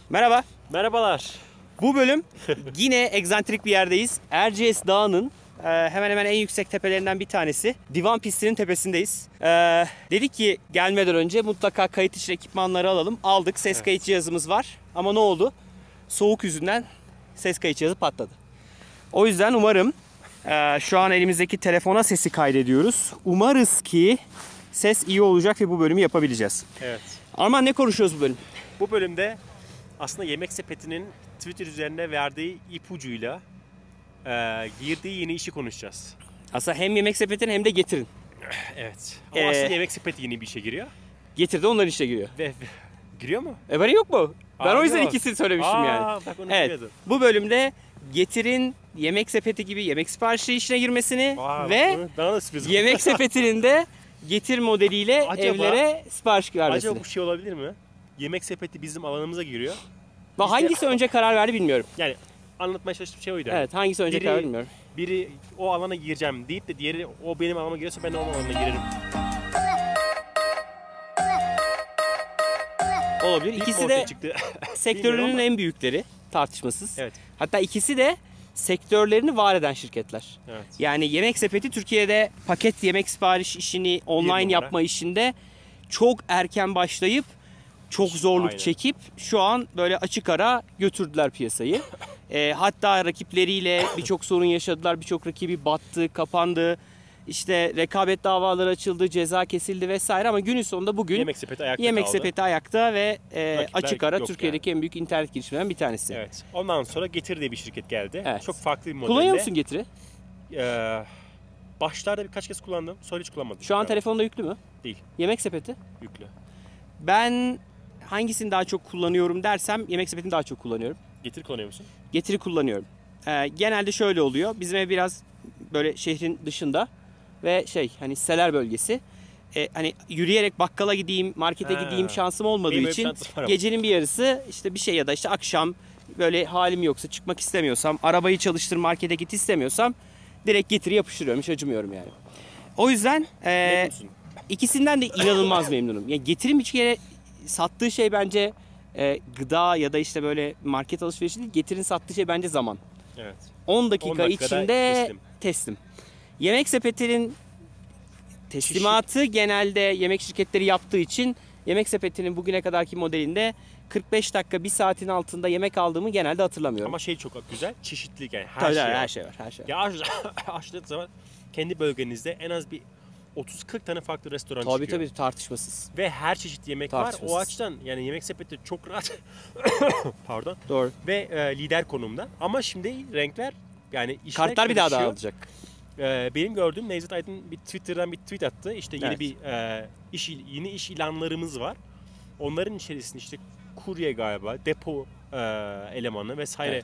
Merhaba. Merhabalar. Bu bölüm yine egzantrik bir yerdeyiz. Erciyes Dağı'nın hemen hemen en yüksek tepelerinden bir tanesi. Divan pistinin tepesindeyiz. Dedik ki gelmeden önce mutlaka kayıt için ekipmanları alalım. Aldık. Ses kayıt cihazımız var. Ama ne oldu? Soğuk yüzünden ses kayıt cihazı patladı. O yüzden umarım şu an elimizdeki telefona sesi kaydediyoruz. Umarız ki ses iyi olacak ve bu bölümü yapabileceğiz. Evet. Arman, ne konuşuyoruz bu bölüm? Bu bölümde aslında Yemek Sepeti'nin Twitter üzerine verdiği ipucuyla girdiği yeni işi konuşacağız. Aslında hem Yemek Sepeti'nin hem de Getir'in. Evet. Ama aslında Yemek Sepeti yeni bir işe giriyor. Getir de onların işe giriyor. Ve giriyor mu? Bana yok mu? Ben o yüzden yok. ikisini söylemiştim yani. Bak onu Evet. bilmiyordum. Bu bölümde Getir'in Yemek Sepeti gibi yemek siparişi işine girmesini ve bana da sürpriz oldu. Yemek Sepeti'nin de Getir modeliyle Acaba- evlere sipariş vermesini. Acaba bu şey olabilir mi? Yemek Sepeti bizim alanımıza giriyor. Ve hangisi önce karar verdi bilmiyorum. Yani anlatmaya çalıştığım şey oydu. Evet, hangisi önce Biri- karar bilmiyorum. Biri o alana gireceğim deyip de diğeri o benim alana giriyorsa ben de onun alanına girerim. Olabilir. İlk İkisi mi ortaya de çıktı? sektörünün Bilmiyorum ama- en büyükleri, tartışmasız. Evet. Hatta ikisi de sektörlerini var eden şirketler. Evet. Yani Yemek Sepeti Türkiye'de paket yemek sipariş işini online numara. yapma işinde çok erken başlayıp çok zorluk Aynen. çekip şu an böyle açık ara götürdüler piyasayı. Hatta rakipleriyle birçok sorun yaşadılar. Birçok rakibi battı, kapandı. İşte rekabet davaları açıldı, ceza kesildi vesaire ama günün sonunda bugün Yemek Sepeti ayakta Yemek kaldı. Sepeti ayakta ve Rakipler açık ara yok Türkiye'deki en büyük internet girişimlerinden bir tanesi. Evet. Ondan sonra Getir diye bir şirket geldi. Evet. Çok farklı bir modelde. Kullanıyor musun Getir'i? Başlarda birkaç kez kullandım. Sonra hiç kullanmadım. Şu an Galiba. telefonda yüklü mü? Değil. Yemek Sepeti. Yüklü. Ben hangisini daha çok kullanıyorum dersem Yemek Sepeti'ni daha çok kullanıyorum. Getir kullanıyor musun? Getir'i kullanıyorum. Genelde şöyle oluyor. Bizim ev biraz böyle şehrin dışında ve hani seller bölgesi. Hani yürüyerek bakkala gideyim, markete gideyim şansım olmadığı Benim öyle bir için şansım var ama. gecenin bir yarısı işte bir şey ya da işte akşam böyle halim yoksa çıkmak istemiyorsam, arabayı çalıştır markete git istemiyorsam direkt Getir'i yapıştırıyorum. Hiç acımıyorum yani. O yüzden Memnunsun. ikisinden de inanılmaz memnunum. Yani Getir'in bir kere sattığı şey bence gıda ya da işte böyle market alışverişi değil. Getir'in sattığı şey bence zaman. Evet. 10 dakika 10 dakikada içinde teslim. teslim. Yemek Sepeti'nin teslimatı genelde yemek şirketleri yaptığı için Yemek Sepeti'nin bugüne kadarki modelinde 45 dakika 1 saatin altında yemek aldığımı genelde hatırlamıyorum. Ama şey çok güzel. Çeşitlilik yani. Her Tabii, şey her var. şey var. Her şey var. Ya açtığınız zaman kendi bölgenizde en az bir 30-40 tane farklı restoran Tabii çıkıyor. tabii, tartışmasız. Ve her çeşit yemek var. Tartışmasız. O açıdan yani Yemek Sepeti çok rahat. Pardon. Doğru. Ve lider konumda. Ama şimdi renkler yani işler Kartlar bir daha karışıyor. dağılacak. Benim gördüğüm Nevzat Aydın bir Twitter'dan bir tweet attı. İşte yeni Evet. bir yeni iş ilanlarımız var. Onların içerisinde işte kurye galiba, depo elemanı vesaire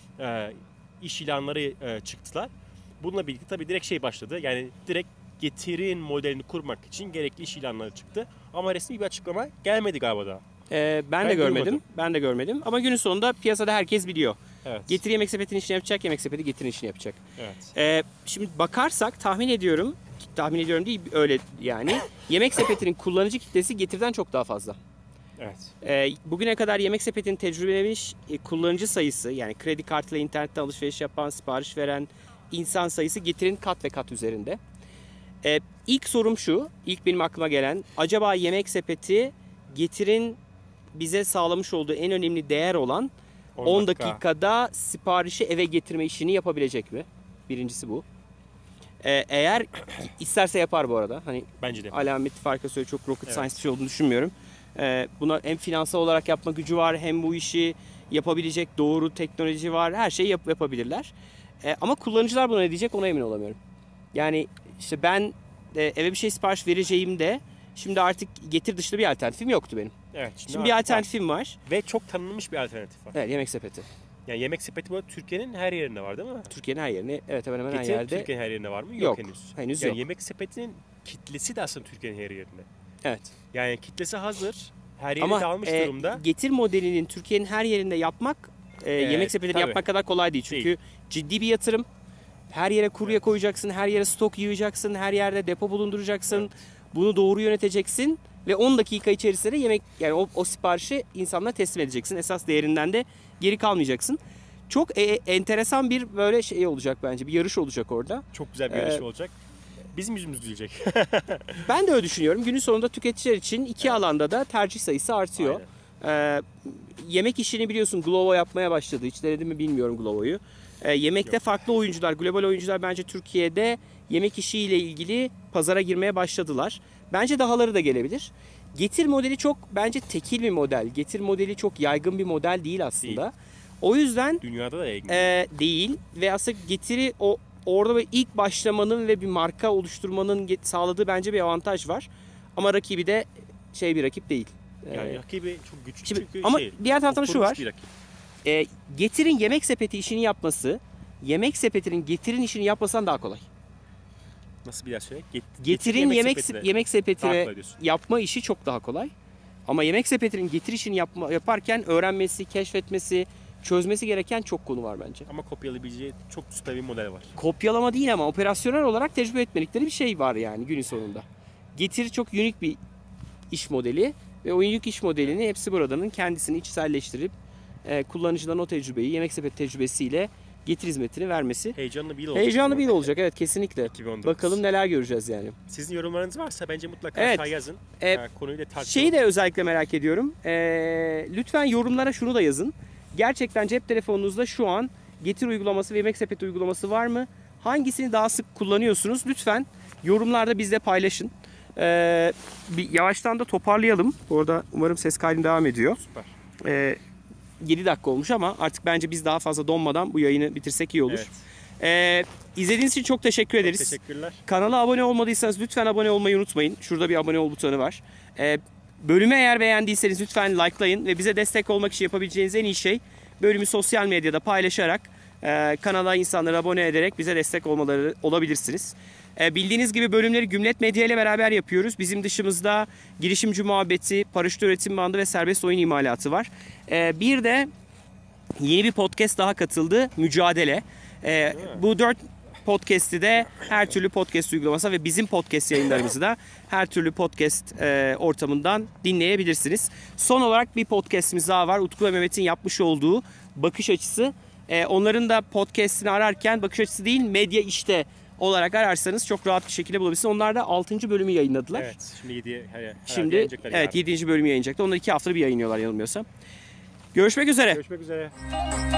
iş ilanları çıktılar. Bununla birlikte tabii direkt şey başladı. Yani direkt Getir'in modelini kurmak için gerekli iş ilanları çıktı. Ama resmi bir açıklama gelmedi galiba daha. Ben de görmedim. duymadım. Ben de görmedim. Ama günün sonunda piyasada herkes biliyor. Evet. Getir Yemek Sepeti'nin işini yapacak, Yemek Sepeti Getir'in işini yapacak. Evet. Şimdi bakarsak tahmin ediyorum değil öyle yani. Yemek Sepeti'nin kullanıcı kitlesi Getir'den çok daha fazla. Evet. Bugüne kadar Yemek Sepeti'nin tecrübelemiş kullanıcı sayısı, yani kredi kartıyla internetten alışveriş yapan, sipariş veren insan sayısı Getir'in kat ve kat üzerinde. İlk sorum şu, ilk benim aklıma gelen, acaba Yemek Sepeti Getir'in bize sağlamış olduğu en önemli değer olan 10 dakikada siparişi eve getirme işini yapabilecek mi? Birincisi bu. Eğer isterse yapar bu arada. Hani Bence de. alamet farkı söyle, çok rocket Evet. science bir şey olduğunu düşünmüyorum. Buna hem finansal olarak yapma gücü var, hem bu işi yapabilecek doğru teknoloji var. Her şeyi yapabilirler. Ama kullanıcılar buna ne diyecek, ona emin olamıyorum. Yani işte ben eve bir şey sipariş vereceğimde şimdi artık Getir dışında bir alternatifim yoktu benim. Evet. Şimdi bir alternatifim var. Ve çok tanınmış bir alternatif var. Evet, Yemek Sepeti. Yani Yemek Sepeti bu Türkiye'nin her yerinde var değil mi? Türkiye'nin her yerine, evet, hemen hemen her Getir yerde. Türkiye'nin her yerinde var mı? Yok, Henüz. henüz Yani yok. Yemek Sepeti'nin kitlesi de aslında Türkiye'nin her yerinde. Evet. Yani kitlesi hazır. Her yeri Ama dağılmış durumda. Getir modelinin Türkiye'nin her yerinde yapmak Yemek Sepeti'ni tabii. yapmak kadar kolay değil. Çünkü Değil. ciddi bir yatırım. Her yere kurye koyacaksın, her yere stok yığacaksın, her yerde depo bulunduracaksın. Evet. Bunu doğru yöneteceksin ve 10 dakika içerisinde yemek, yani o siparişi insanlara teslim edeceksin. Esas değerinden de geri kalmayacaksın. Çok enteresan bir böyle şey olacak bence. Bir yarış olacak orada. Çok güzel bir yarış olacak. Bizim yüzümüz gülecek. Ben de öyle düşünüyorum. Günün sonunda tüketiciler için iki alanda da tercih sayısı artıyor. Yemek işini biliyorsun Glovo yapmaya başladı. Hiç denedim mi bilmiyorum Glovo'yu. Yemekte farklı oyuncular, global oyuncular bence Türkiye'de yemek işiyle ilgili pazara girmeye başladılar. Bence dahaları da gelebilir. Getir modeli çok bence tekil bir model. Getir modeli çok yaygın bir model değil aslında. Değil. O yüzden dünyada da yaygın değil ve aslında Getir'i orada böyle ilk başlamanın ve bir marka oluşturmanın sağladığı bence bir avantaj var. Ama rakibi de bir rakip değil. Yani rakibi çok güçlü çünkü ama diğer taraftan şu var. Getir'in Yemek Sepeti işini yapması, Yemek Sepeti'nin Getir'in işini yapmasından daha kolay. Nasıl bir yer söyle? Getir'in yemek sepetini yapma işi çok daha kolay. Ama Yemek Sepeti'nin Getir işini yaparken öğrenmesi, keşfetmesi, çözmesi gereken çok konu var bence. Ama kopyalayabileceği çok süper bir model var. Kopyalama değil ama operasyonel olarak tecrübe etmedikleri bir şey var yani günün sonunda. Getir çok unik bir iş modeli ve o unik iş modelini hepsi buradanın kendisini içselleştirip kullanıcıların o tecrübeyi, Yemek Sepeti tecrübesiyle Getir hizmetini vermesi. Heyecanlı bir yıl olacak. Heyecanlı bir yıl olacak, evet, kesinlikle. 2019. Bakalım neler göreceğiz yani. Sizin yorumlarınız varsa bence mutlaka aşağı yazın. Konuyu da tartışalım. Şeyi de özellikle merak ediyorum. Lütfen yorumlara şunu da yazın. Gerçekten cep telefonunuzda şu an Getir uygulaması ve Yemek Sepeti uygulaması var mı? Hangisini daha sık kullanıyorsunuz? Lütfen yorumlarda bizle paylaşın. Bir yavaştan da toparlayalım. Orada umarım ses kaydım devam ediyor. Süper. 7 dakika olmuş ama artık bence biz daha fazla donmadan bu yayını bitirsek iyi olur. Evet. İzlediğiniz için çok teşekkür ederiz. Çok teşekkürler. Kanala abone olmadıysanız lütfen abone olmayı unutmayın. Şurada bir abone ol butonu var. Bölümü eğer beğendiyseniz lütfen likelayın ve bize destek olmak için yapabileceğiniz en iyi şey bölümü sosyal medyada paylaşarak kanala insanları abone ederek bize destek olabilirsiniz. Bildiğiniz gibi bölümleri Gümlet Medya ile beraber yapıyoruz. Bizim dışımızda girişimci muhabbeti, paraşüt üretim bandı ve serbest oyun imalatı var. Bir de yeni bir podcast daha katıldı. Mücadele. Bu 4 podcast'i de her türlü podcast uygulaması ve bizim podcast yayınlarımızı da her türlü podcast ortamından dinleyebilirsiniz. Son olarak bir podcast'imiz daha var. Utku ve Mehmet'in yapmış olduğu Bakış Açısı. Onların da podcast'ini ararken bakış açısı değil medya işte olarak ararsanız çok rahat bir şekilde bulabilirsiniz. Onlar da 6. bölümü yayınladılar. Evet. Şimdi 7. bölümü yayınlayacaklar. Onlar 2 haftada bir yayınlıyorlar yanılmıyorsam. Görüşmek üzere. Görüşmek üzere.